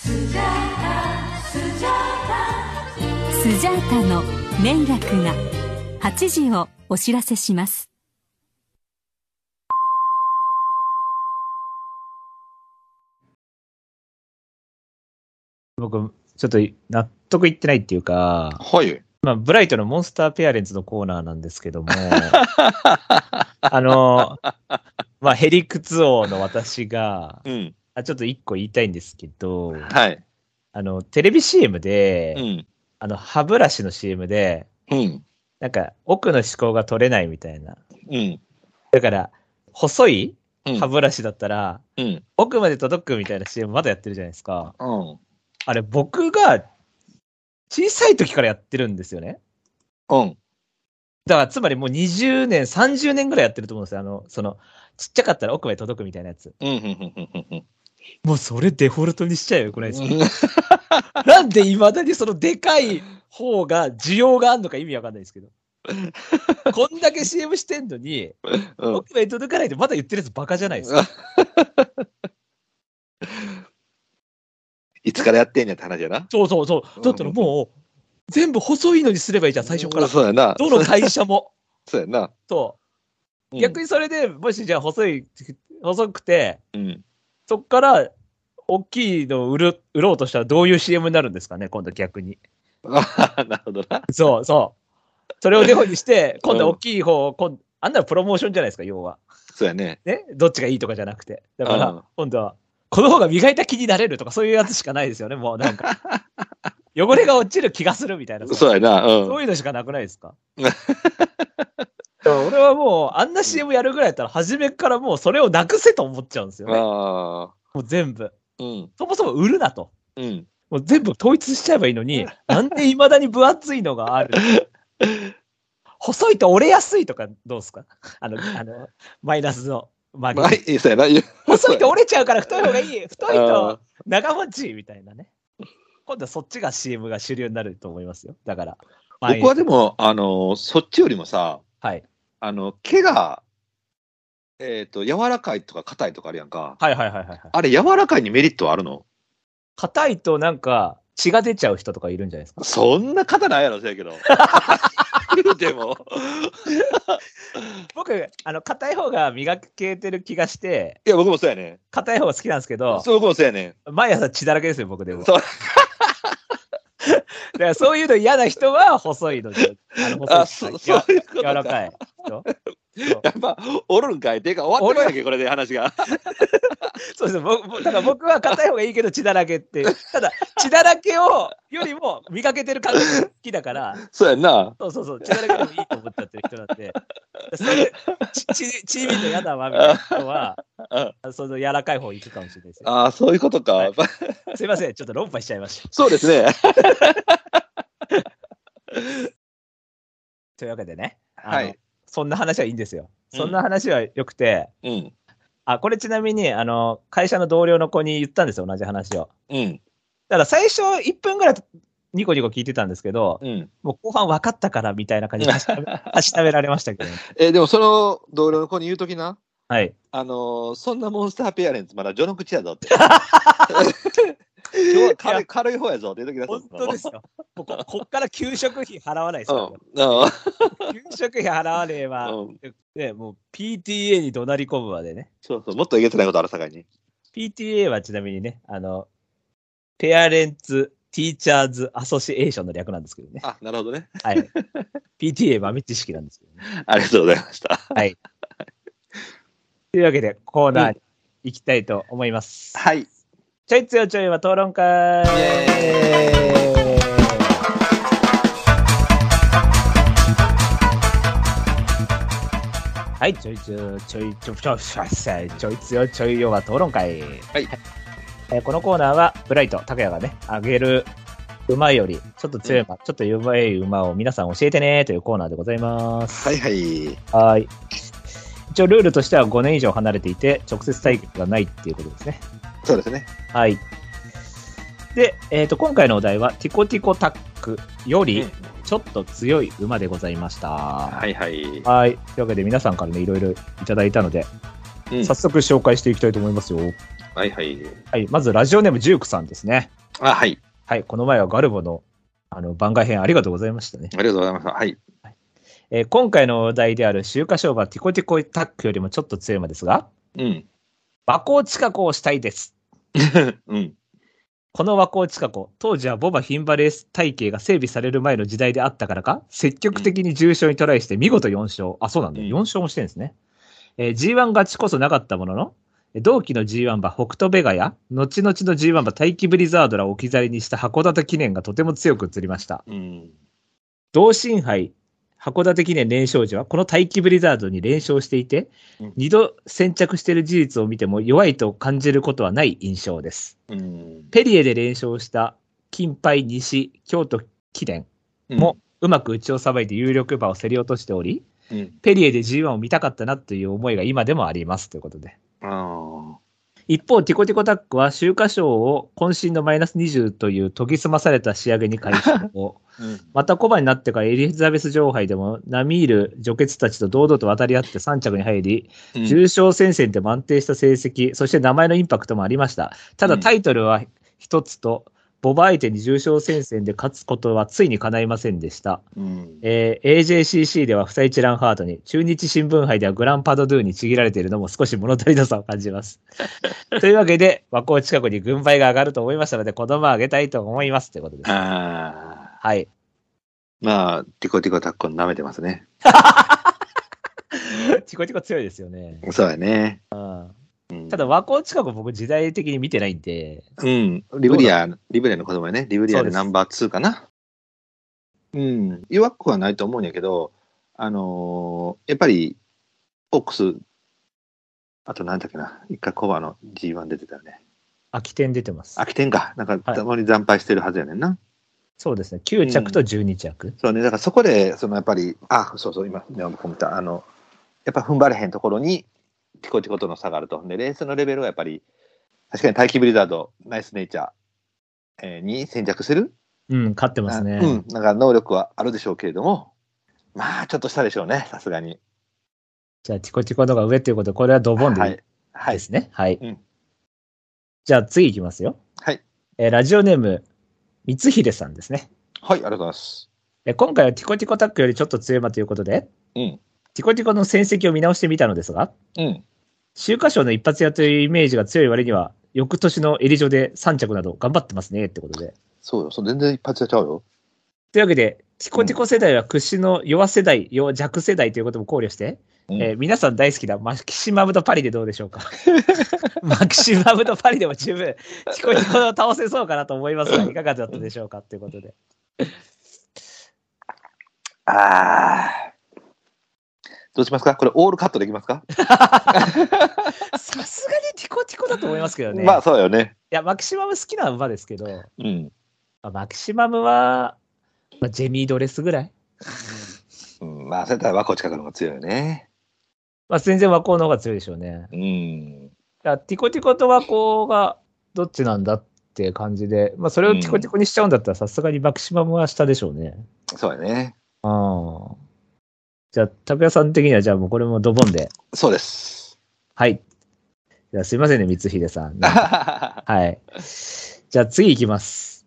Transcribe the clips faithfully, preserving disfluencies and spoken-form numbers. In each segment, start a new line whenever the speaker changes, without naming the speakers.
スジャータスジャータ
スジャータの年楽がはちじをお知らせします。
僕ちょっと納得いってないっていうか、
はい。
まあ、ブライトのモンスターペアレンツのコーナーなんですけども、あの、まあ、ヘリクツ王の私が、うん、あちょっと一個言いたいんですけど、
はい。
あの、テレビ シーエム で、
うん、あ
の、歯ブラシの シーエム で、
うん、
なんか、奥の歯垢が取れないみたいな。
うん、
だから、細い歯ブラシだったら、
うん、
奥まで届くみたいな シーエム まだやってるじゃないですか。
うん、
あれ、僕が、小さい時からやってるんですよね。
うん。
だから、つまりもうにじゅうねん、さんじゅうねんぐらいやってると思うんですよ。あの、その、ちっちゃかったら奥まで届くみたいなやつ。
うん、うん、うん、うん。
もうそれデフォルトにしちゃうよ、これですか。なんで未だにそのでかい方が需要があるのか意味わかんないですけど。こんだけ シーエム してんのに、うん、奥まで届かないでまだ言ってるやつバカじゃないですか。
いつからやってんやって話やな。
そうそうそう。だったらもう、全部細いのにすればいいじゃん、最初から。
そうやな。
どの会社も。
そうやな。
そう。逆にそれで、もしじゃあ細い、細くて、
うん、
そっから、大きいのを売る、売ろうとしたらどういう シーエム になるんですかね、今度逆に。
ああ、なるほどな。
そうそう。それをデフォにして、今度大きい方を、今度、あんなのプロモーションじゃないですか、要は。
そうやね。
ね、どっちがいいとかじゃなくて。だから、今度は、この方が磨いた気になれるとか、そういうやつしかないですよね、もうなんか。汚れが落ちる気がするみたいな。
そうやな。うん。
そういうのしかなくないですか。俺はもう、あんな シーエム やるぐらいだったら、初めからもうそれをなくせと思っちゃうんですよね。あもう全部。
うん。
そもそも売るなと。
うん。
もう全部統一しちゃえばいいのに、なんで未だに分厚いのがある細いと折れやすいとかどうですか。あの、あの、マイナスの曲げ。まあ、いいそうやな。細いと折れちゃうから太い方がいい。太いと長持ちみたいなね。今度はそっちが シーエム が主流になると思いますよ。だから。
僕はでも、あの、そっちよりもさ、
はい。
あの、毛が、えっと、柔らかいとか硬いとかあるやんか。
はいはいはいはい。
あれ、柔らかいにメリットはあるの？
硬いとなんか、血が出ちゃう人とかいるんじゃないですか。
そんな方ないやろ、そうやけど。でも。
僕、あの、硬い方が磨けてる気がして、
いや、僕もそうやね。
硬い方が好きなんですけど、
そう、僕もそうやね。
毎朝血だらけですよ、僕でも。そう。だからそういうの嫌な人は細いので、あの細い
あそそういうことか。
柔らかい人。
やっぱ、おるんかい。てか、終わってるやんけ、これで話が。
そうです。僕、だから僕は硬い方がいいけど血だらけって。ただ、血だらけを、よりも磨けてる感じが好きだから。
そうやんな。
そうそうそう。血だらけでもいいと思っちゃってる人なんで。それ、血、血見るの嫌だわ、みたいな人は、その柔らかい方行くかもしれないですよ。
ああ、そういうことか、はい。
すいません。ちょっと論破しちゃいました。
そうですね。
というわけでね。
はい。
そんな話はいいんですよ。そんな話はよくて、
うん。
あ、これちなみに、あの、会社の同僚の子に言ったんですよ、同じ話を。
うん。
だから最初いっぷんぐらいニコニコ聞いてたんですけど、
うん、
もう後半分かったからみたいな感じで確かめられましたけど、ね。
え、でもその同僚の子に言うときな。
はい。
あのー、そんなモンスターペアレンツまだ序の口やぞって。今日は軽い、軽い方やぞって言うときだ。
本当ですよ。もう こ, こっから給食費払わないですよ。
うん、
給食費払わねえば、うん、でもう ピーティーエー に怒鳴り込むまでね。
そうそう、もっとえげつないことあるさかいに。
ピーティーエー はちなみにね、あの、ペアレンツ・ティーチャーズ・アソシエーションの略なんですけどね。
あ、なるほどね。
はい。ピーティーエー 豆知識なんですけどね。
ありがとうございました。
はい。というわけで、コーナーに行きたいと思います。
うん、はい。
ちょいつよちょいは討論会。イエーイ。はい、ちょいつよちょいちょちょちょいつよちょいよは討論会。
はい。
えー、このコーナーはブライト拓也がねあげる馬よりちょっと強い馬、うん、ちょっと弱い馬を皆さん教えてねというコーナーでございます。
はいはい。
はい。一応ルールとしてはごねん以上離れていて直接対決がないっていうことですね。
そうですね。
はい。で、えっと今回のお題はティコティコタックよりちょっと強い馬でございました。うん、
はいはい。
はい。というわけで皆さんからねいろいろいただいたので、うん、早速紹介していきたいと思いますよ。
はいはい。
はい、まずラジオネームジュークさんですね。
あ、はい。
はい、この前はガルボのあの番外編ありがとうございましたね。
ありがとうございました。はい。
はい、えー、今回のお題である秋華賞馬ティコティコタックよりもちょっと強い馬ですが、
うん。
和光千佳子をしたいです。
うん。
この和光千佳子、当時はボバ牝馬レース体系が整備される前の時代であったからか、積極的に重賞にトライして見事よん勝。あ、そうなんだ。よん勝もしてるんですね。えー、ジーワン 勝ちこそなかったものの、同期の ジーワン 馬北斗ベガや、後々の ジーワン 馬大気ブリザードらを置き去りにした函館記念がとても強く映りました。うん、同心杯函館記念連勝時はこの大気ブリザードに連勝していて、うん、にど先着している事実を見ても弱いと感じることはない印象です。うん、ペリエで連勝した金杯西京都記念もうまく内をさばいて有力馬を競り落としており、うん、ペリエで ジーワン を見たかったなという思いが今でもありますということで。あ、一方、ティコティコタックは秋華賞を渾身のマイナスにじゅうという研ぎ澄まされた仕上げに回収を、うん、また小馬になってからエリザベス女王杯でも並みいる女傑たちと堂々と渡り合ってさん着に入り、うん、重賞戦線でも安定した成績、そして名前のインパクトもありました。ただタイトルは一つと、ボバ相手に重賞戦線で勝つことはついに叶いませんでした。うんえー、エージェーシーシー ではフサイチランハートに、中日新聞杯ではグランパドドゥにちぎられているのも少し物足りなさを感じます。というわけで、和光近くに軍配が上がると思いましたので、子供をあげたいと思いますということです。あはい。
まあ、ティコティコタックを舐めてますね。
ティコティコ強いですよね。
そうやね。
あただ、和光近く僕時代的に見てないんで。
うん。リブリア、リブリアの子供やね。リブリアでナンバーツーかな。うん。弱くはないと思うんやけど、あのー、やっぱり、オックス、あと何だっけな。一回コバの ジーワン 出てたよね。
秋天出てます。
秋天か。なんか、たまに惨敗してるはずやねんな。はい、
そうですね。きゅう着とじゅうに着。うん、
そうね。だからそこで、そのやっぱり、あ、そうそう、今、目を込めた、あの、やっぱ踏ん張れへんところに、ティコティコとの差があると。で、レースのレベルはやっぱり、確かに大気ブリザード、ナイスネイチャー、えー、に先着する。
うん、勝ってますね。
うん、なんか能力はあるでしょうけれども、まあ、ちょっとしたでしょうね、さすがに。
じゃあ、ティコティコのが上ということで、これはドボンでいいですね。はい。はいはいうん、じゃあ、次いきますよ。
はい。
えー、ラジオネーム、光秀さんですね。
はい、ありがとうございます。
えー、今回はティコティコタックよりちょっと強い馬ということで、うん。ティコティコの戦績を見直してみたのですが、うん。秋華賞の一発屋というイメージが強い割には、翌年のエリジョでさん着など頑張ってますねってことで。
そうよ、そう全然一発屋ちゃうよ。
というわけで、ティコティコ世代は屈指の弱世代、弱弱世代ということも考慮して、うんえー、皆さん大好きなマキシマムとパリでどうでしょうか。マキシマムとパリでも十分、ティコティコを倒せそうかなと思いますが、いかがだったでしょうかということで。
ああ。どうしますかこれオールカットできますか
さすがにティコティコだと思いますけどね。
まあそうよね。
いや、マキシマム好きな馬ですけど、うんまあ、マキシマムは、まあ、ジェミードレスぐらい。
うん、まあ、それとは和光近くの方が強いよね。
まあ、全然和光の方が強いでしょうね。うん。だティコティコと和光がどっちなんだって感じで、まあ、それをティコティコにしちゃうんだったら、さすがにマキシマムは下でしょうね。
そうやね。
ああ。じゃあ、拓也さん的には、じゃあもうこれもドボンで。
そうです。
はい。じゃあすいませんね、光秀さん。はい。じゃあ次いきます。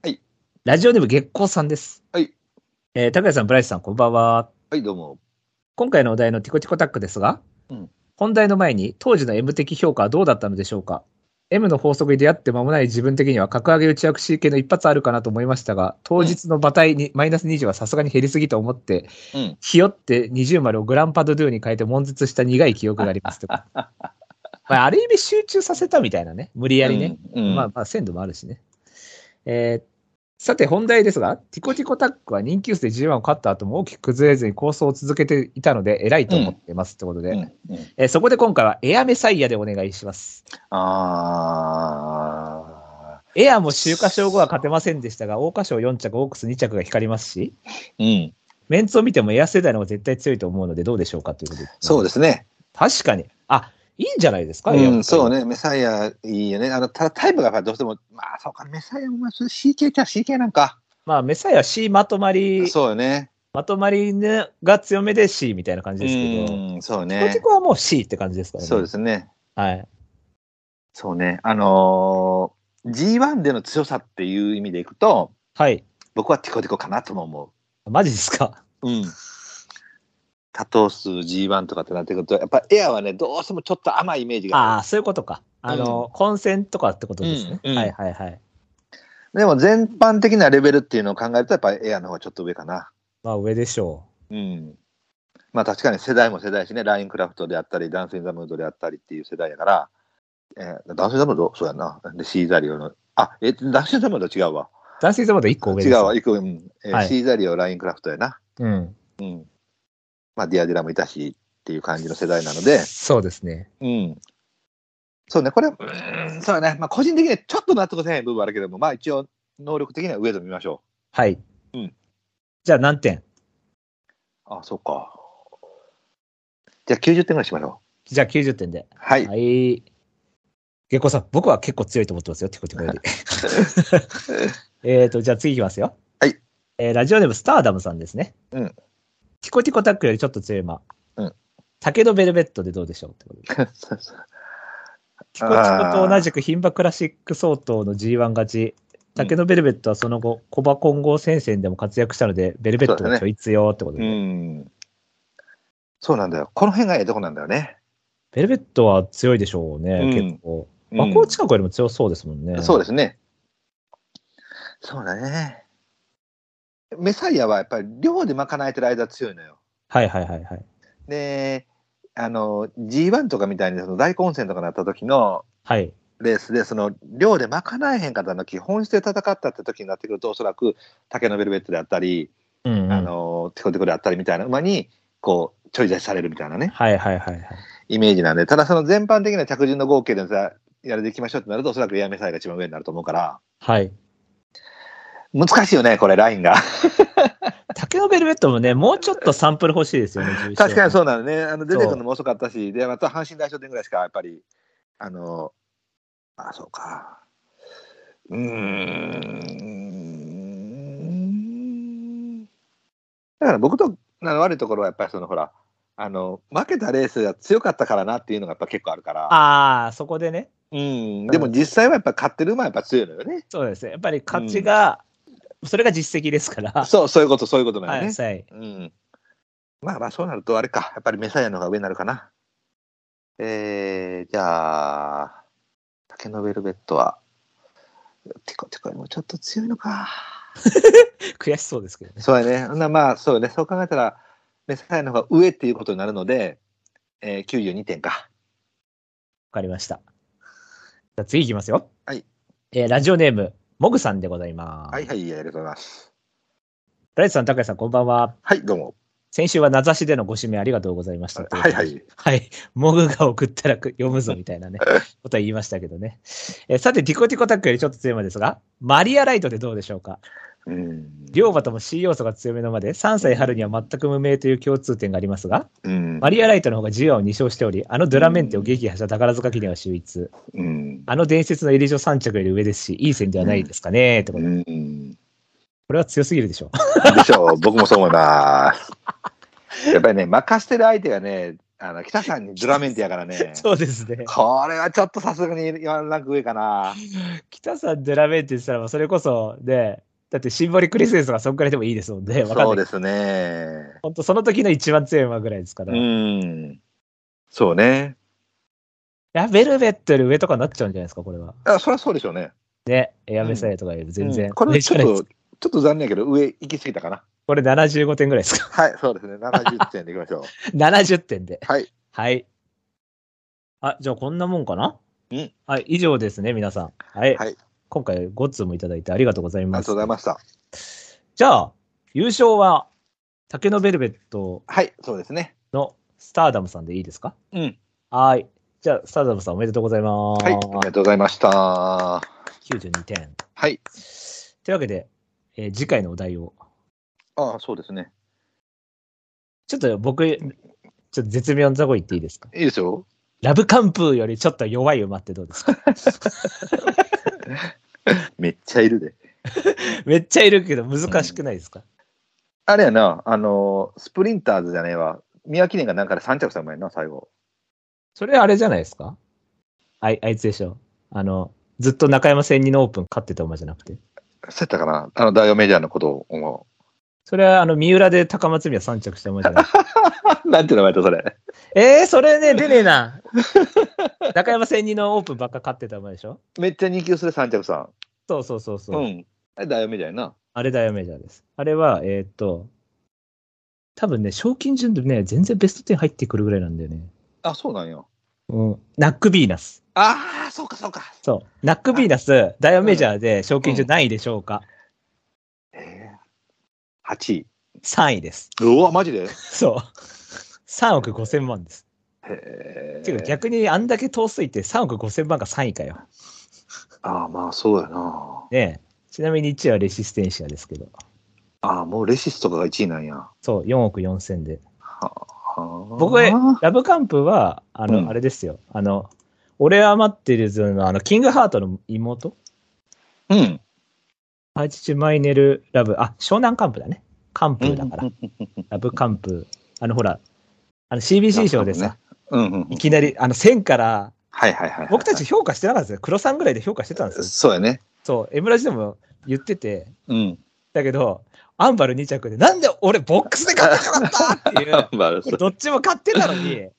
はい。
ラジオネーム月光さんです。
はい。
えー、拓也さん、ブライスさん、こんばんは。
はい、どうも。
今回のお題のティコティコタックですが、うん、本題の前に当時の M 的評価はどうだったのでしょうか。M の法則に出会って間もない自分的には格上げ内枠 シーケー の一発あるかなと思いましたが、当日の馬体に、うん、マイナスにじゅうはさすがに減りすぎと思って、うん、ひよってにじゅう丸をグランパドドゥに変えて悶絶した苦い記憶がありますとか。まあ、ある意味集中させたみたいなね。無理やりね。うんうん、まあ、まあ、鮮度もあるしね。えー、さて、本題ですが、ティコティコタックは人気薄で ジーワン を勝った後も大きく崩れずに構想を続けていたので、偉いと思っていますってことで、うんうんうんえー。そこで今回はエアメサイヤでお願いします。あー。エアも秋華賞後は勝てませんでしたが、桜花賞よん着、オークスに着が光りますし、うん、メンツを見てもエア世代の方が絶対強いと思うので、どうでしょうかということで。
そうですね。
確かに。あ、いいんじゃないですか、
うん、そうね、メサイヤいいよね。あの、ただタイプがやっぱどうしても、まあそうか、メサイヤも シーケー か シーケー なんか。
まあ、メサイヤ C まとまり、
そうよね。
まとまり、ね、が強めで C みたいな感じですけど、
うん、そうね。
ティコティコはもう C って感じですからね。
そうですね。
はい。
そうね。あのー、ジーワン での強さっていう意味でいくと、
はい。
僕はティコティコかなとも思
マジですか？
う。うん。多頭数 ジーワン とかってなってくると、やっぱエアはね、どうしてもちょっと甘いイメージがある。
ああ、そういうことか。あの、うん、混戦とかってことですね。うんうん、はいはいはい。
でも全般的なレベルっていうのを考えると、やっぱりエアの方がちょっと上かな。
まあ上でしょ
う。うん。まあ確かに世代も世代しね、ラインクラフトであったり、ダンスインザムードであったりっていう世代やから、えー、ダンスインザムードそうやな。で、シーザリオの、あ、え、ダンスインザムード違うわ。
ダンスインザムードいっこ上です。
違うわ、いっこ上。うん。えーはい、シーザリオ、ラインクラフトやな。
うん。
うん。まあディアデラもいたしっていう感じの世代なので。
そうですね。
うん。そうね、これ、うん、そうね。まあ個人的にはちょっと納得せへん部分あるけども、まあ一応、能力的には上と見ましょう。
はい。
うん。
じゃあ何点？
あ、そうか。じゃあきゅうじゅってんぐらいしましょ
う。じゃあきゅうじゅってんで。
はい。
はい。ゲコさん、僕は結構強いと思ってますよ、ティコティコより。えっと、じゃあ次いきますよ。
はい。
えー、ラジオネームスターダムさんですね。
うん。
ティコティコタックよりちょっと強い馬。
うん。
竹のベルベットでどうでしょうってことで。そうそう。ティコティコと同じく牝馬クラシック相当の ジーワン 勝ち。竹のベルベットはその後、コバ混合戦線でも活躍したので、ベルベットがちょい強ってことで。
う、ね、うん。そうなんだよ。この辺がええとこなんだよね。
ベルベットは強いでしょうね、うん、結構。馬高近くよりも強そうですもんね、
うん。そうですね。そうだね。メサイアはやっぱり量で賄えてる間強いのよ。
はいはいはいはい。
で、あの、ジーワン とかみたいにその大混戦とかになった時のレースで、その量で賄えへんかった時、本質で戦ったって時になってくると、おそらく竹のベルベットであったり、うんうん、あの、テコテコであったりみたいな馬に、こう、ちょい出しされるみたいなね。
はいはいはいはい。
イメージなんで、ただその全般的な着順の合計でさ、やれていきましょうってなると、おそらくエアメサイが一番上になると思うから。
はい。
難しいよね、これ、ラインが。
竹のベルベットもね、もうちょっとサンプル欲しいですよね、
確かにそうなのね。あの出てくるのも遅かったし、で、また阪神大賞典ぐらいしか、やっぱり、あの、あ、そうか。うーん。だから僕と悪いところは、やっぱりその、ほら、あの、負けたレースが強かったからなっていうのがやっぱ結構あるから。
ああ、そこでね。
うん。でも実際はやっぱ勝ってる馬はやっぱ強いのよね。
そうですね。やっぱり勝ちが、うん、それが実績ですから。
そう、そういうこと、そういうことなんよね。
はい。
うん。まあまあ、そうなるとあれか。やっぱりメサイアの方が上になるかな。えー、じゃあ、竹のベルベットは、テコテコよりもちょっと強いのか。
悔しそうですけどね。
そうやね。まあ、そうね。そう考えたら、メサイアの方が上っていうことになるので、えー、きゅうじゅうにてんか。
わかりました。じゃあ次いきますよ。
はい。
えー、ラジオネーム、モグさんでございます。
はいはい、ありがとうございます。
ライトさん、高橋さん、こんばんは。
はい、どうも。
先週は名指しでのご指名ありがとうございました。
はいはい。
はい。モグが送ったら読むぞみたいなね、ことは言いましたけどね。えー、さて、ティコティコタックよりちょっと強い馬ですが、マリアライトでどうでしょうか。うん。両馬とも C 要素が強めの馬で、さんさい春には全く無名という共通点がありますが、うん、マリアライトの方が ジーワン をに勝しており、あのドラメンテを撃破した宝塚記念は秀逸。うん、あの伝説のエリジョさん着より上ですし、いい線ではないですかね、ってことで。うん。これは強すぎるでしょう。
でしょう。僕もそう思います。やっぱりね、任してる相手がね、あの北さんにドラメンテやからね。
そうですね。
これはちょっとさすがにワンランク上かな。
北さんドラメンテって言ったら、それこそね、だってシンボリクリスエスがそんくらいでもいいですもんね。わかんない。
そうですね。
本当その時の一番強い馬ぐらいですから。
うん。そうね。
いや、ベルベットより上とかになっちゃうんじゃないですか、これは。
あ、そりゃそうでしょうね。
ね、エアメサイアとかより全然、うんうん。
これちょっと、ちょっと残念やけど、上行き過ぎたかな。
これななじゅうごてんぐらいですか。
はい、そうですね。ななじゅってんでいきましょう。
ななじゅってんで。
はい。
はい。あ、じゃあこんなもんかな。
うん。
はい、以上ですね、皆さん。はい。
はい、
今回ご通もいただいてありがとうございます。
ありがとうございました。
じゃあ、優勝は、竹のベルベット。
はい、そうですね。
のスターダムさんでいいですか。
うん。
はい。じゃあ、スターダムさんおめでとうございます。
はい、ありがとうございました。
きゅうじゅうにてん。
はい。
というわけで、えー、次回のお題を。
ああ、そうですね。
ちょっと僕、ちょっと絶妙なとこ言っていいですか。
いいですよ。
ラブカンプーよりちょっと弱い馬ってどうですか。
めっちゃいるで。
めっちゃいるけど難しくないですか。うん、
あれやな、あのー、スプリンターズじゃねえわ。宮城年がなんかでさん着した馬やな、最後。
それあれじゃないですか。あい、あいつでしょ。 あの、ずっと中山千二のオープン勝ってた馬じゃなくて。
そうやったかな、あの、ダイヤメジャーのことを思
それは、あの、三浦で高松宮さん着した馬じゃなくて。
う。なんて名前だ、それ。
えー、それね、出ねえな。中山千二のオープンばっか勝ってた馬でしょ。
めっちゃ人気薄でさん着さん。
そうそうそうそう。
うん。あれダイヤメジャーやな。
あれダイヤメジャーです。あれは、えーっと、多分ね、賞金順でね、全然ベストじゅう入ってくるぐらいなんだよね。
あ、そうなんや。
うん。ナックビーナス。
ああ、そうかそうか。
そう。ナックビーナス、ダイヤメジャーで賞金順何位でしょうか、
うん、えー、はちい。
さんいです。
うわ、マジで
そう。さんおくごせん万です。
へえ。
てか逆にあんだけ遠すぎてさんおくごせん万がさんいかよ。
ああ、まあそうやな。
ねえ。ちなみにいちいはレシステンシアですけど。
ああ、もうレシスとかがいちいなんや。
そう、よんおくよんせんで。
はあ、
僕は、ラブカンプは、あの、
うん、
あれですよ。あの、俺は待ってるのあの、キングハートの妹
うん。
ハイチチマイネルラブ、あ、湘南カンプだね。カンプだから。ラブカンプ。あの、ほら、あの シービーシー 賞でさ、
ね、うんうんうん、
いきなり、あの、せんから、
はいはいはい、はい。
僕たち評価してなかったですよ。黒さんぐらいで評価してたんですよ。
そうやね。
そう、エムラジでも言ってて、
うん。
だけど、アンバルに着で、なんで俺ボックスで買ってなかったっていう、どっちも買ってたのに、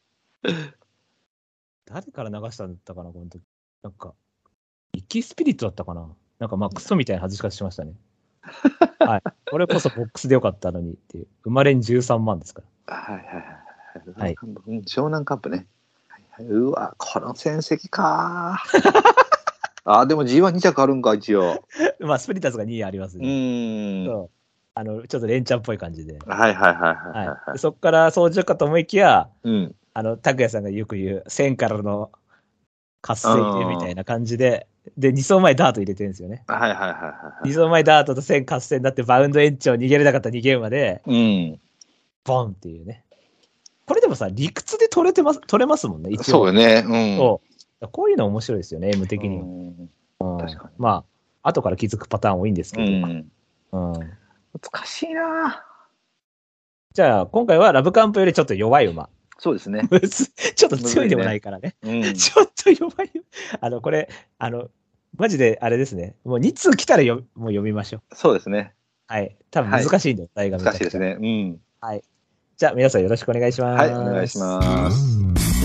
誰から流したんだったかな、この時。なんか、イッキースピリットだったかな。なんか、まあ、クソみたいな外し方しましたね。はい。これこそボックスでよかったのにっていう。生まれにじゅうさんまんですから。
はいはいはい。
はい、
湘南カップね。はいはい、うわ、この戦績かあ、でも ジーワンに 着あるんか、一応。
まあ、スプリッターズがにいありますね。
うん。
そう。あの、ちょっと連チャンっぽい感じで。
はいはいはいはい、はい
はい。そこから操縦かと思いきや、
うん。
あの、拓也さんがよく言う、線からの活性でみたいな感じで、で、に走前ダート入れてるんですよね。
はいはいはいはい。
に走前ダートと線活性になってバウンド延長逃げれなかったにゲームまで、
うん。
ボンっていうね。これでもさ、理屈で取れてます、取れますもんね、一応。
そうよね。うん。
そう。こういうの面白いですよね、M 的には。うん、確かに。まあ、後から気づくパターン多いんですけど。うん。うん、
難しいな。
じゃあ、今回はラブカンプよりちょっと弱い馬。
そうですね。
ちょっと強いでもないからね。ねうん、ちょっと弱い。あの、これ、あの、マジであれですね。もうに通来たらよもう読みましょう。
そうですね。
はい。多分難しいんだよ、
題が。難しいですね。うん。
はい。じゃあ、皆さんよろしくお願いします。
はい、お願いします。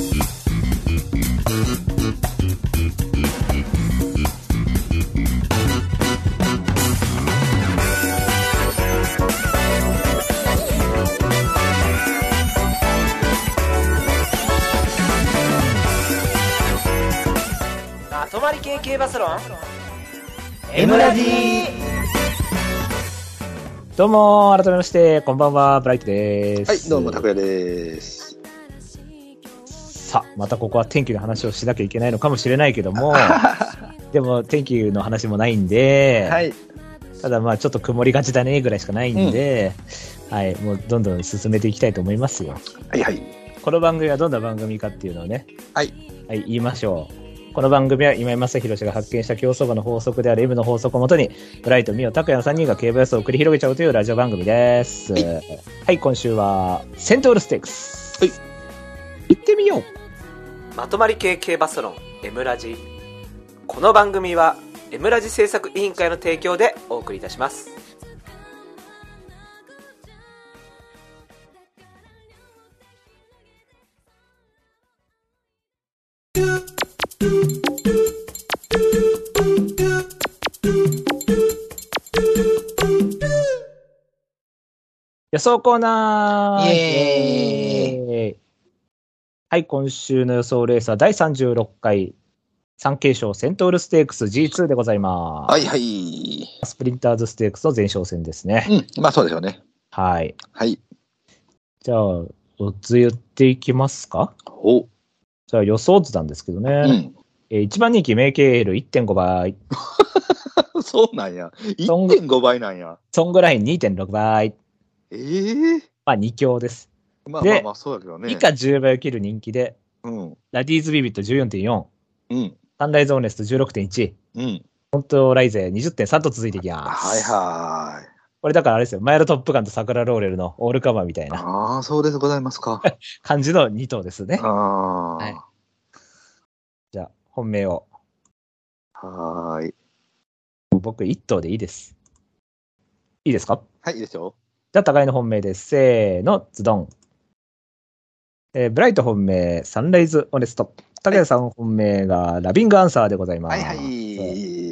まとまり系系バスロン
M ラジー。
どうも改めましてこんばんは、ブライトです。
はい、どうも拓也です。
さあ、またここは天気の話をしなきゃいけないのかもしれないけどもでも天気の話もないんで、はい、ただまあちょっと曇りがちだねぐらいしかないんで、うん、はい、もうどんどん進めていきたいと思いますよ。
はいはい。
この番組はどんな番組かっていうのをね、
はい、
はい、言いましょう。この番組は今井正弘が発見した競走馬の法則である M の法則をもとに、ブライト、ミオ、タクヤのさんにんが競馬予想を繰り広げちゃうというラジオ番組です。はい、はい、今週はセントウルステークス。はい、行ってみよう。
まとまり系系バスロン M ラジ。この番組は M ラジ制作委員会の提供でお送りいたします。
予想コーナー。
イエーイ。
はい、今週の予想レースはだいさんじゅうろっかい産経賞セントウルステークス ジーツー でございます。
はいはい。
スプリンターズステークスの前哨戦ですね。
うん、まあそうでしょうね。
はい。
はい。
じゃあ、オッズ言っていきますか。
お。
じゃあ予想図なんですけどね。うんえー、いちばん人気メイケーエル いってんご 倍。
そうなんや。いってんご 倍なんや。
ソングライン にてんろく 倍。
ええー。
まあに強です。
まあまあまあそうだけどね。
以下じゅうばいを切る人気で、
うん、
ラディーズビビット じゅうよんてんよん、うん、サンライズオーネスト じゅうろくてんいち、
うん、
本当ライゼ にじゅってんさん と続いていきます。
はいはい。
これだからあれですよ、マイルトップガンと桜ローレルのオールカバーみたいな。
ああ、そうですございますか。
感じのに頭ですね。
ああ、
はい。じゃあ、本命を
はーい。
僕一頭でいいです。いいですか？
はい、いいですよ。
じゃあ、高井の本命です。せーの、ズドン。えー、ブライト本命、サンライズオネスト。高谷さん本命がラビングアンサーでございます。
はいはい。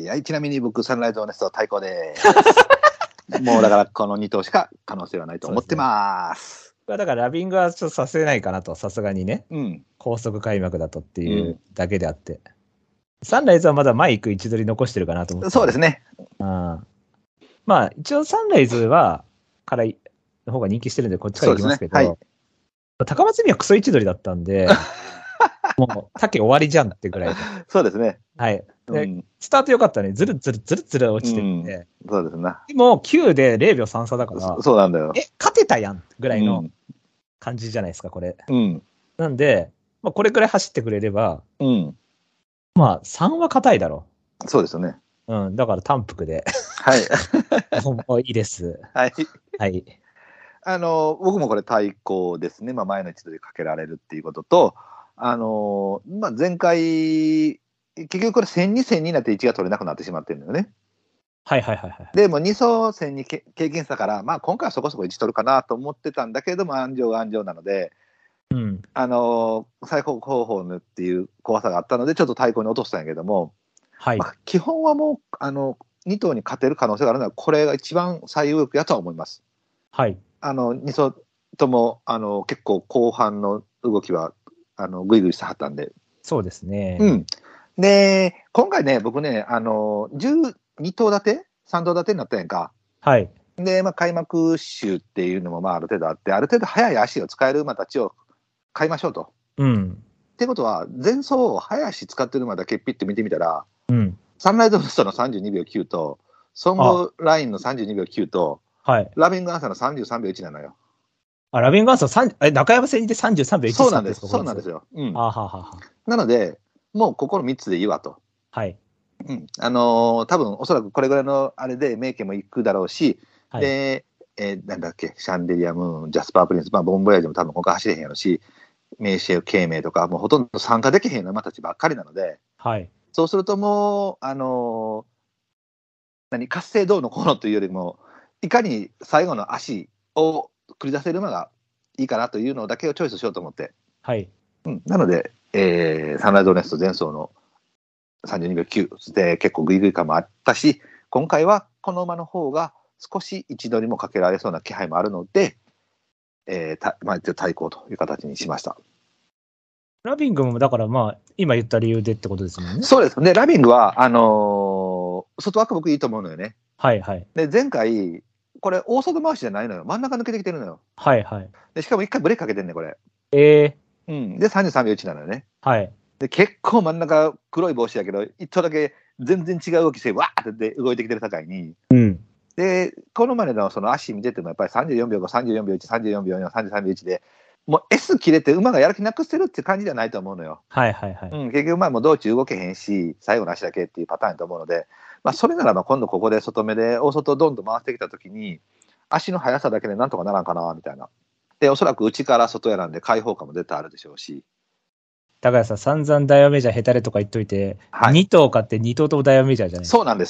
はい、ちなみに僕、サンライズオネスト対抗です。もうだからこのに頭しか可能性はないと思ってます。
だからラビングはちょっとさせないかなと、さすがにね。
うん。
高速開幕だとっていうだけであって。うん、サンライズはまだマイク位置取り残してるかなと思って。
そうですね。
あまあ、一応サンライズは、からの方が人気してるんで、こっちから行きますけど、ねはい、高松宮はクソ位置取りだったんで、もう、竹終わりじゃんってぐらい。
そうですね。
はい。で、うん、スタート良かったね。ずるずるずるずる落ちてるんで。
うん、そうですね。
でも、きゅうでれいびょうさん差だから。
そうなんだよ。
え、勝てたやんぐらいの感じじゃないですか、これ。うん。なんで、まあ、これくらい走ってくれれば、うん。まあ、さんは硬いだろ
う。そうですよね。
うん。だから単幅で。
はい。
もういいです。
はい。
はい。
あの、僕もこれ対抗ですね。まあ、前の一度でかけられるっていうことと、あの、まあ、前回、結局これせんに、せんにになっていちが取れなくなってしまってるんだよね。
はいはいはいはい。
でもに走せんに経験したから、まあ今回はそこそこいち取るかなと思ってたんだけれども、安城安城なので、うん、あの、最高方法のっていう怖さがあったので、ちょっと対抗に落としたんやけども、はい。まあ、基本はもう、あの、に頭に勝てる可能性があるのは、これが一番最有力やとは思います。
はい。
あの、に走とも、あの、結構後半の動きは、あの、ぐいぐいしてはったんで。
そうですね。
うん。で、今回ね、僕ね、あの、じゅうに頭立て ?さん 頭立てになったやんか。
はい。
で、まあ、開幕週っていうのも、まあ、ある程度あって、ある程度速い足を使える馬たちを買いましょうと。うん。ってことは、前走を速い足使ってる馬だけピッて見てみたら、うん。サンライズオネストのさんじゅうにびょうきゅうと、ソングラインのさんじゅうにびょうきゅうと、はい。ラビングアンサーのさんじゅうさんびょういちなのよ。
あ、ラビングアンサー、え、中山戦にてさんじゅうさんびょういち
そうなんです。そうなんですよ。うん。あははは。なので、もうここのみっつでいいわと。
はい。
うん。あのー、多分おそらくこれぐらいのあれで名家も行くだろうし、はい、で、えー、なんだっけ、シャンデリアムーン、ジャスパープリンス、まあ、ボンボヤージュも多分今回走れへんやろし、名シェフ、慶明とか、もうほとんど参加できへんの馬たちばっかりなので、
はい。
そうするともう、あのー、何、活性どうのこうのというよりも、いかに最後の足を繰り出せる馬がいいかなというのだけをチョイスしようと思って。
はい。
うん、なので、えー、サンライズオネスト前走のさんじゅうにびょうきゅうで結構グイグイ感もあったし、今回はこの馬の方が少し位置取りもかけられそうな気配もあるので、えーたまあ、対抗という形にしました。
ラビングもだからまあ今言った理由でってことですもんね。
そうですね。ラビングはあのー、外枠僕いいと思うのよね。
はいはい。
で前回これ大外回しじゃないのよ。真ん中抜けてきてるのよ。
はいはい。
でしかも一回ブレーキかけてんねこれ。
ええ
ー。うん。でさんじゅうさんびょういちなのよね。
はい。
で結構真ん中黒い帽子やけど一頭だけ全然違う動きしてわーって動いてきてる境に。うん。でこのまでのその足見ててもやっぱりさんじゅうよんびょうご、さんじゅうよんびょういち、さんじゅうよんびょうよん、さんじゅうさんびょういちでもう S 切れて馬がやる気なくしてるって感じじゃないと思うのよ。
はいはいはい。
うん、結局まあもう道中動けへんし最後の足だけっていうパターンだと思うので、まあ、それならば今度ここで外目で大外どんどん回してきた時に足の速さだけでなんとかならんかなみたいな。でおそらく内から外やなんで開放感も出てあるでしょうし。
高谷さん、散々ダイヤメジャー下手れとか言っといて、はい、に頭買ってに頭ともダイヤメジャーじゃない
そうなんです。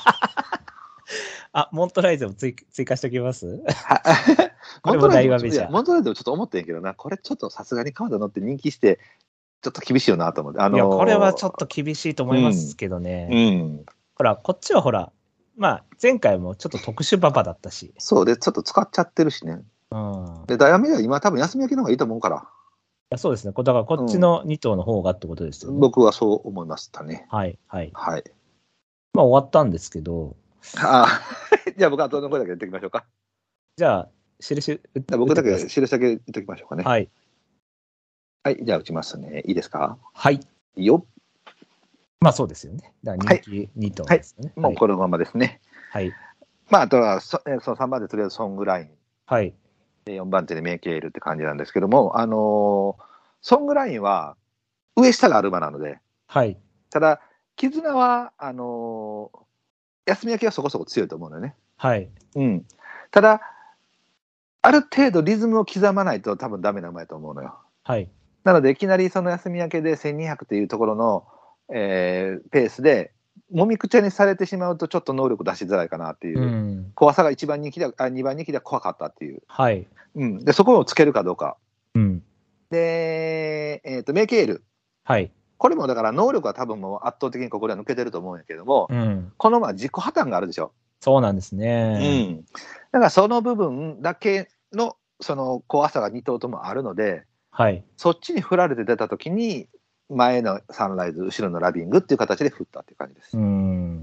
あ、モントライゼも追追加しておきます
これもダイヤメジャー。モントライゼもちょっと思ってんけどな、これちょっとさすがに川田乗って人気して、ちょっと厳しいよなと思って。あのー、いや、
これはちょっと厳しいと思いますけどね。うん。うん、ほら、こっちはほら、まあ、前回もちょっと特殊馬場だったし。
そうで、ちょっと使っちゃってるしね。うん。で、ダイヤメジャー今多分休み明けの方がいいと思うから。
やそうですね。だからこっちのに頭の方がってことですよね。
うん、僕はそう思いましたね。
はい、はい。
はい。
まあ終わったんですけど。
ああ、じゃあ僕は後の声だけ言っておきましょうか。
じゃあ、印、
僕だけ印だけ言っておきましょうかね。
はい。
はい、じゃあ打ちますね。いいですか？
はい。
いいよ。
まあそうですよね。だから人気に頭ですよね。
はい。もうこのままですね。
はい。
まああとはそ、そのさんばんでとりあえずソングライン。
はい。
でよんばん手でメイケールって感じなんですけども、あのー、ソングラインは上下がある馬なので、
はい、
ただ絆はあのー、休み明けはそこそこ強いと思うのよね。
はい、
うん、ただある程度リズムを刻まないと多分ダメな馬やと思うのよ。
はい、
なのでいきなりその休み明けでせんにひゃくというところの、えー、ペースでもみくちゃにされてしまうとちょっと能力出しづらいかなっていう、うん、怖さがいちばん人気であにばん人気では怖かったっていう、
はい
うん、でそこをつけるかどうか、
うん、
で、えー、とメイケール、
はい、
これもだから能力は多分もう圧倒的にここでは抜けてると思うんやけども、うん、このまあ自己破綻があるでしょ。
そうなんですね、
うん、だからその部分だけのその怖さがに頭ともあるので、
はい、
そっちに振られて出た時に前のサンライズ後ろのラビングっていう形で振ったっていう感じです。
うん、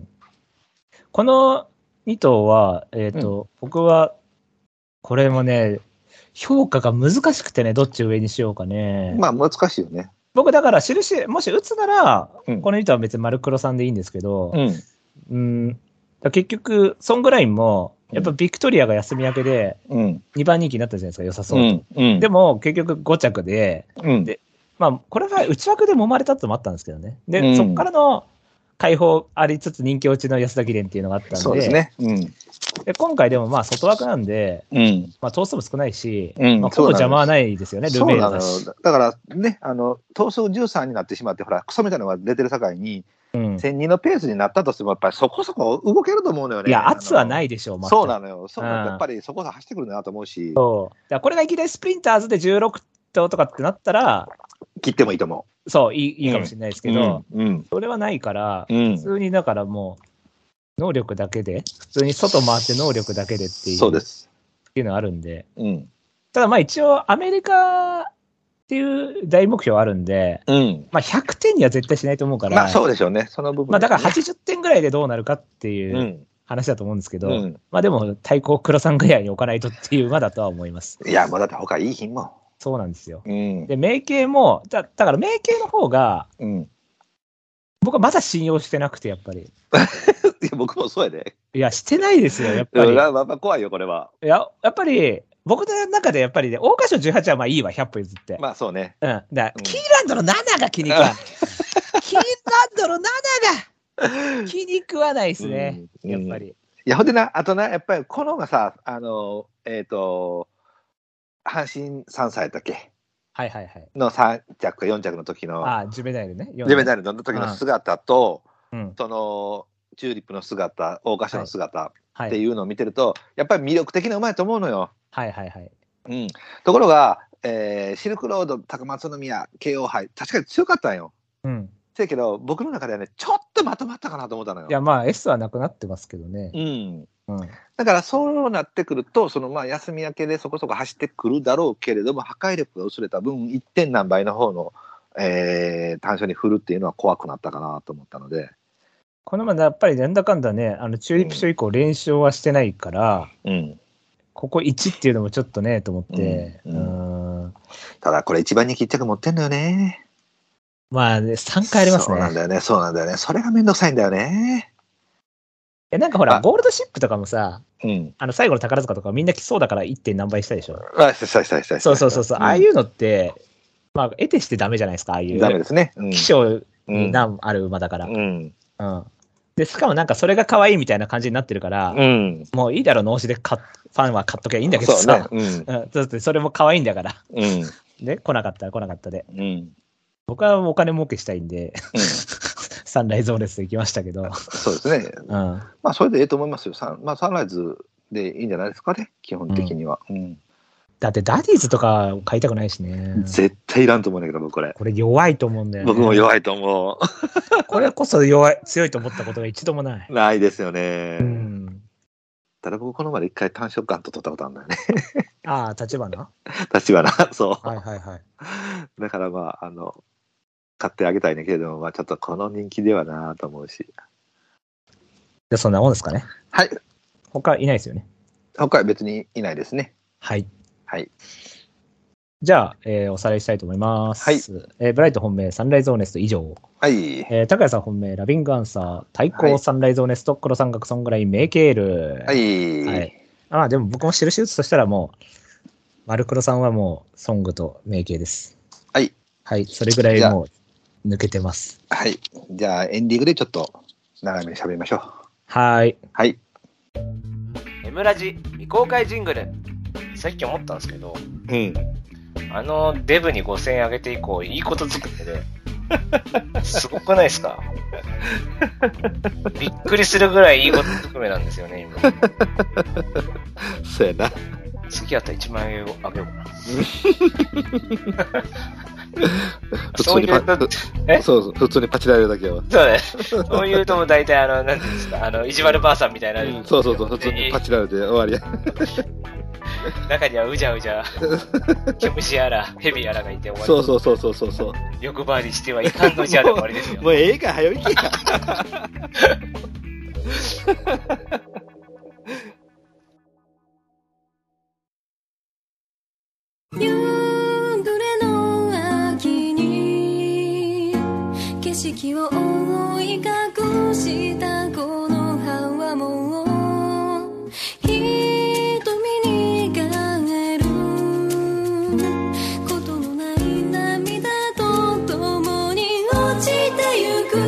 このに頭は、えーとうん、僕はこれもね評価が難しくてね、どっち上にしようかね。
まあ難しいよね。
僕だから印もし打つなら、うん、このに頭は別に丸黒さんでいいんですけど、うん、うんだ結局ソングラインもやっぱビクトリアが休み明けでにばん人気になったじゃないですか、良さそうと、うんうん、でも結局ご着で、うん、でまあこれは内枠で揉まれたってのもあったんですけどね。で、うん、そこからの解放ありつつ人気落ちの安田記念っていうのがあったんで、
そうですね、うん、
で今回でもまあ外枠なんで、うんまあ、頭数も少ないし、
うん
まあ、ほぼ邪魔はないですよね、ルメールだし。
だからね、あの頭数じゅうさんになってしまって、ほらクソみたいなのが出てる境に、うん、せんにのペースになったとしてもやっぱりそこそこ動けると思うのよね。
いや圧はないでしょう。
そうなのよ。そう、うん、やっぱりそこそこ走ってくるんだなと思うし。
そうだこれがいきなりスプリンターズでじゅうろく頭とかってなったら
切ってもいいと思う。
そういい、いいかもしれないですけど、
うんうん、
それはないから、うん、普通にだからもう能力だけで普通に外回って能力だけでっていう、
そうです
っていうのがあるんで、
うん、
ただまあ一応アメリカっていう大目標はあるんで、うん、まあひゃくてんには絶対しないと思うから、
まあそうでしょうね、その部分、ね、
まあだからはちじゅってんぐらいでどうなるかっていう話だと思うんですけど、うん、まあでも対抗黒さんぐらいに置かないとっていう馬だとは思います。
いやもうだって他いい品も。
そうなんですよ。
うん、
で明慶もだだから明慶の方が、うん、僕はまだ信用してなくてやっぱり。い
や僕もそうやで。
いやしてないですよやっぱり。
まあまあ怖いよこれは。
いややっぱり。僕の中でやっぱりね、桜花賞じゅうはちはまあいいわ、ひゃっぽ譲って。
まあそうね。
うん。だうん、キーランドのななが気に食わない。キーランドのななが気に食わないですね、うん、やっぱり。い
や、ほんでな、あとな、やっぱりこのがさ、あの、えっ、ー、と、阪神さんさいだっけ
はいはいはい。
のさん着かよん着の時の、
ああ、ジュベナイルね。
ジュベナイルの時の姿と、
うん、
その、チューリップの姿、桜花賞の姿っていうのを見てると、はい、やっぱり魅力的な馬やと思うのよ。
はいはいはい。
うん、ところが、えー、シルクロード、高松宮、慶応杯、確かに強かったんよ。
うん。
せやけど、僕の中ではね、ちょっとまとまったかなと思ったのよ。
いや、まあ、S はなくなってますけどね。
うん。うん、だから、そうなってくると、そのまあ休み明けでそこそこ走ってくるだろうけれども、破壊力が薄れた分、いってん何倍の方の、えー、単勝に振るっていうのは怖くなったかなと思ったので。
このままやっぱりなんだかんだね、あのチューリップ賞以降、連勝はしてないから、うん、ここいちっていうのもちょっとね、と思って。うんうんうん、
ただ、これ一番人気いっ着持ってんのよね。
まあ、ね、さんかいありますね。
そうなんだよね、そうなんだよね。それがめんどくさいんだよね。
え、なんかほら、ゴールドシップとかもさ、うん、あの最後の宝塚とかみんな来そうだから いってん 何倍したでしょ。
あ、したしたしたした。
そうそうそうそう、うん、ああいうのって、まあ、得てしてダメじゃないですか、ああいう。
ダメですね。
うん、気性に難ある馬だから。うん。うんで、しかもなんかそれが可愛いみたいな感じになってるから、うん、もういいだろ、脳死でファンは買っときゃいいんだけどさ、そうね、うん、だってそれも可愛いんだから、うん、で、来なかったら来なかったで、うん、僕はお金儲けしたいんで、うん、サンライズオーレスで行きましたけど。
そうですね。うん、まあ、それでいいと思いますよ。サン、まあ、サンライズでいいんじゃないですかね、基本的には。うんうん
だってダディーズとか買いたくないしね。
絶対いらんと思うんだけど、僕これ。
これ弱いと思うんだよね。
僕も弱いと思う。
これこそ弱い、強いと思ったことが一度もない。
ないですよね。うん。ただ僕このまで一回単色ガンと取ったことあるんだよね。
ああ、立花
立花、そう。
はいはいはい。
だからまあ、あの、買ってあげたいねんけれども、まあちょっとこの人気ではなと思うし。じゃ
あそんなもんですかね。
はい。
他いないですよね。
他は別にいないですね。
はい。
はい。
じゃあ、えー、おさらいしたいと思います。
はい。
えー、ブライト本命、サンライズオーネスト以上。
はい。
えー、高谷さん本命、ラビングアンサー、対抗、はい、サンライズオーネスト、黒三角ソングライン、メイケール。
はい。
はい。ああ、でも僕も印打つとしたらもう、丸黒さんはもう、ソングとメイケーです。
はい。
はい。それぐらいもう、抜けてます。
はい。じゃあ、エンディングでちょっと、長めに喋りましょう。
はい。
はい。
エムラジ未公開ジングル。
さっき思ったんですけど、
うん、
あのデブにごせんえんあげて以降いいこと作ってね、 すごくないですか？びっくりするぐらいいいこと含めなんですよね、今。
そうやな。
次やったらいちまん円をあげようかな。
普通にパえそうそう、普通にパチられるだけは。
そうね。そういうとも大体あの、なんていうんですか、あの、意地悪ばあさんみたいな、
うん。そうそうそう、普通にパチられて終わりや。
中にはうじゃうじゃ、毛虫やら、蛇やらがいて終わり。
そうそうそうそうそうそう。
欲張りしてはいかんのじゃで終わりですよ。
もうええか、早いけや。
夕暮れの秋に景色を覆い隠したこの葉はもう瞳に変えることのない涙と共に落ちてゆく。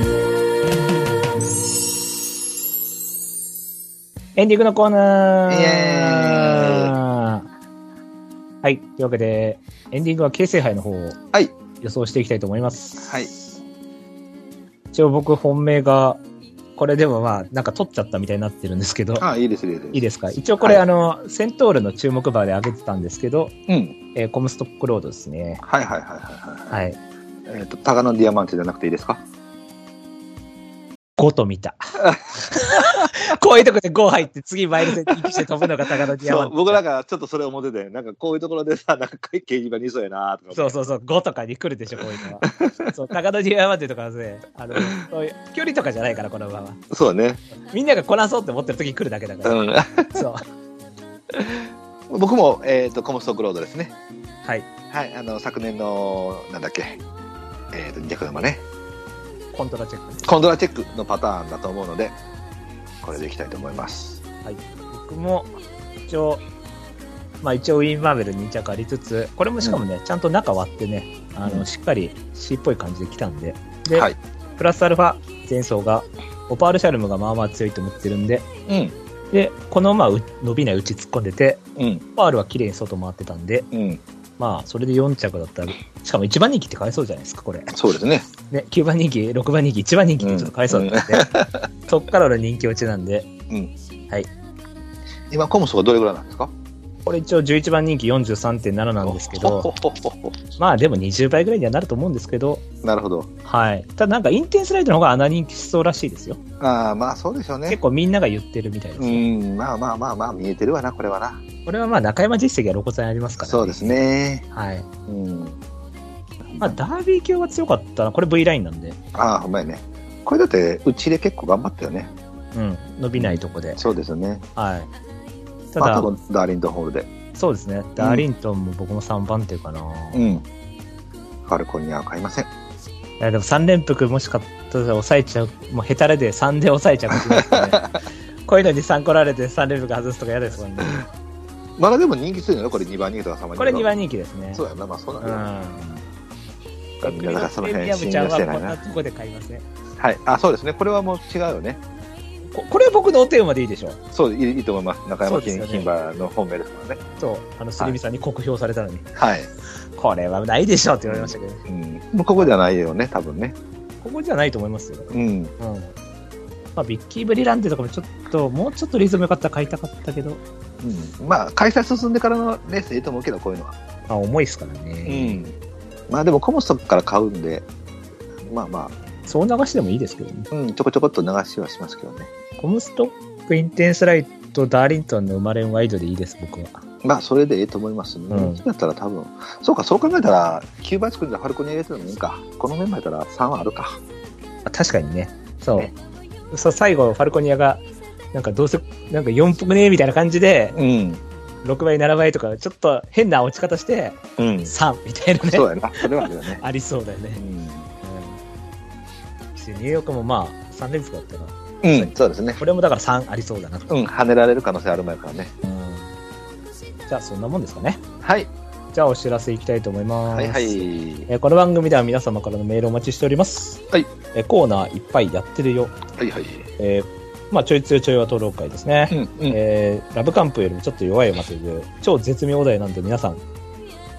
エンディングのコーナー。
イエーイ。
はい。というわけで、エンディングは形成杯の方を
はい。
予想していきたいと思います。
はい。
一応僕本命が、これでもまあ、なんか取っちゃったみたいになってるんですけど。
あ、いいです、いいです。
いいですか？一応これ、
はい、
あの、セントールの注目馬で挙げてたんですけど、
うん。
えー、コムストックロードですね。
はいはいはいはい。
はい。
えっ、ー、と、タガノディアマンテじゃなくていいですか？
ごと見た。こういうとこでご入って次マイル戦にして飛ぶのが高野ディアマンテ。
そう、僕なんかちょっとそれ思ってて、なんかこういうところでさ、なんか掲示板にいそうやなとか。
そうそうそう、ごとかに来るでしょ、こういうのは。そう、高野ディアマンテとかはね、あの、そういう距離とかじゃないから、この馬は。
そうね。
みんながこなそうって思ってる時に来るだけだから。
うん。
そう。
僕も、えっ、ー、と、コムストックロードですね。
はい。
はい、あの、昨年の、なんだっけ、えっ、ー、と、に着の馬ね。
コントラチェック。
コントラチェックのパターンだと思うので、これでいきたいと思います。
はい。僕も、一応、まあ一応ウィンマーベルに着ありつつ、これもしかもね、うん、ちゃんと中割ってね、あの、うん、しっかり C っぽい感じで来たんで、で、はい、プラスアルファ前走が、オパールシャルムがまあまあ強いと思ってるんで、うん、で、このまあ伸びないうち突っ込んでて、うん、オパールは綺麗に外回ってたんで、うん、まあそれでよん着だったら、しかもいちばん人気って買えそうじゃないですか、これ。
そうですね。
ね、きゅうばん人気、ろくばん人気、いちばん人気ってちょっと買えそうだったんで、うん、そっからの人気落ちなんで、うん、はい。
今、コムスがどれぐらいなんですか？
これ一応じゅういちばん人気 よんじゅうさんてんなな なんですけど、まあでもにじゅうばいぐらいにはなると思うんですけど、
なるほど。
はい。ただなんかインテンスライドの方が穴人気しそうらしいですよ。
ああ、まあそうでしょうね。
結構みんなが言ってるみたいですよ。
うん、まあまあまあまあ見えてるわな、これはな。
これはまあ中山実績は露骨にありますからね。
そうですね。
はい。うん。まあダービー級は強かったな。これ V ラインなんで。
ああ、ほんまやね。これだってうちで結構頑張ったよね。
うん。伸びないとこで。
そうですよね。
はい。
ただ、まあ、多分ダーリントンホールで。
そうですね。ダーリントンも僕もさんばん手かな。
うん。ファルコンには買いません。い
や、でもさん連複もしかったら抑えちゃう。もうヘタレでさんで抑えちゃうことですね。こういうのにさん来られてさん連複外すとか嫌ですもんね。
まだでも人気するのよ、これにばん人気とかさんばん人気。
これにばん人気ですね。
そうやな、まあそうなんだよ。
うん。みんなだからその辺信用してないな。こんなとこで買いますね。
はい。あ、そうですね。これはもう違うよね。
こ, これ僕のお手馬でいいでしょう。
そうい い, いいと思います。中山金馬の本命ですからね。
そう、あのすりみさんに酷評されたのに、
はい、
これはないでしょうって言われましたけど、
うん、もうここじゃないよね、多分ね。
ここじゃないと思いますよ。うん。うん、まあビッキーブリランテとかもちょっともうちょっとリズム良かったら買いたかったけど、
うん、まあ開催進んでからのレースでいいと思うけど、こういうのは。
まあ重いですからね。
うん。まあでもコモストから買うんで、まあまあ。
そう流してもいいですけどね。
うん、ちょこちょこっと流しはしますけどね。
コムストック、インテンスライト、ダーリントンの生まれんワイドでいいです、僕は。ま
あ、それでいいと思いますね。うん、そうやったら多分、そうか、そう考えたら、きゅうばい作りでファルコニア入れてもいいか。このメンバーやったらさんはあるか。
確かにね。そう。ね、そう、最後、ファルコニアが、なんかどうせ、なんかよんっぽくねみたいな感じで、うん。ろくばい、ななばいとか、ちょっと変な落ち方して、うん。さんみたいなね。
そうやな。それはあるよね。
ありそうだよね。うん。うん、ニューヨークもまあ、さん連続だったら。
うん、そうですね。
これもだからさんありそうだなと。
うん、跳ねられる可能性ある前からね。うん。
じゃあ、そんなもんですかね。
はい。
じゃあ、お知らせいきたいと思います。
はいはい。
えー、この番組では皆様からのメールをお待ちしております。
はい。
えー、コーナーいっぱいやってるよ。
はいはい。
えー、まあ、ちょいつよちょいは討論会ですね。うんうん、えー、ラブカンプよりもちょっと弱い馬という超絶妙題なんで皆さん、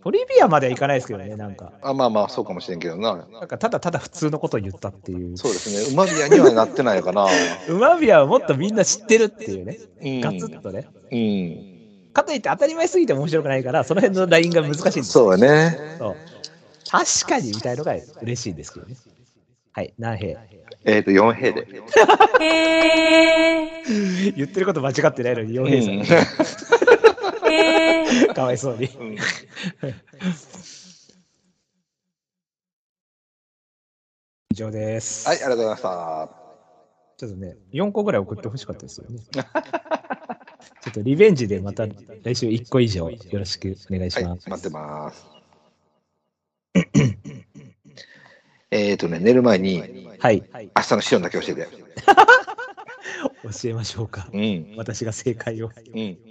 トリビアまではいかないですけどね、なんか。
あ、まあまあ、そうかもしれんけどな。
なんかただただ普通のことを言ったっていう。
そうですね。馬ビアにはなってないかな。
馬ビアはもっとみんな知ってるっていうね。
うん、
ガツッとね。
うん。
かといって当たり前すぎて面白くないから、その辺のラインが難しいんです
そうね。
そう。確かにみたいのが嬉しいんですけどね。はい、何兵？
えっと、よん兵で。
言ってること間違ってないのによん兵さん。うん、かわいそうに。うん、以上です。
はい、ありがとうございました。
ちょっとね、よんこぐらい送ってほしかったですよね。ちょっとリベンジでまた来週いっこ以上よろしくお願いします。
はい、待ってます。えっとね、寝る前に、
はい、
明日のシオンだけ教えて。
教えましょうか。
うん、
私が正解を。
うん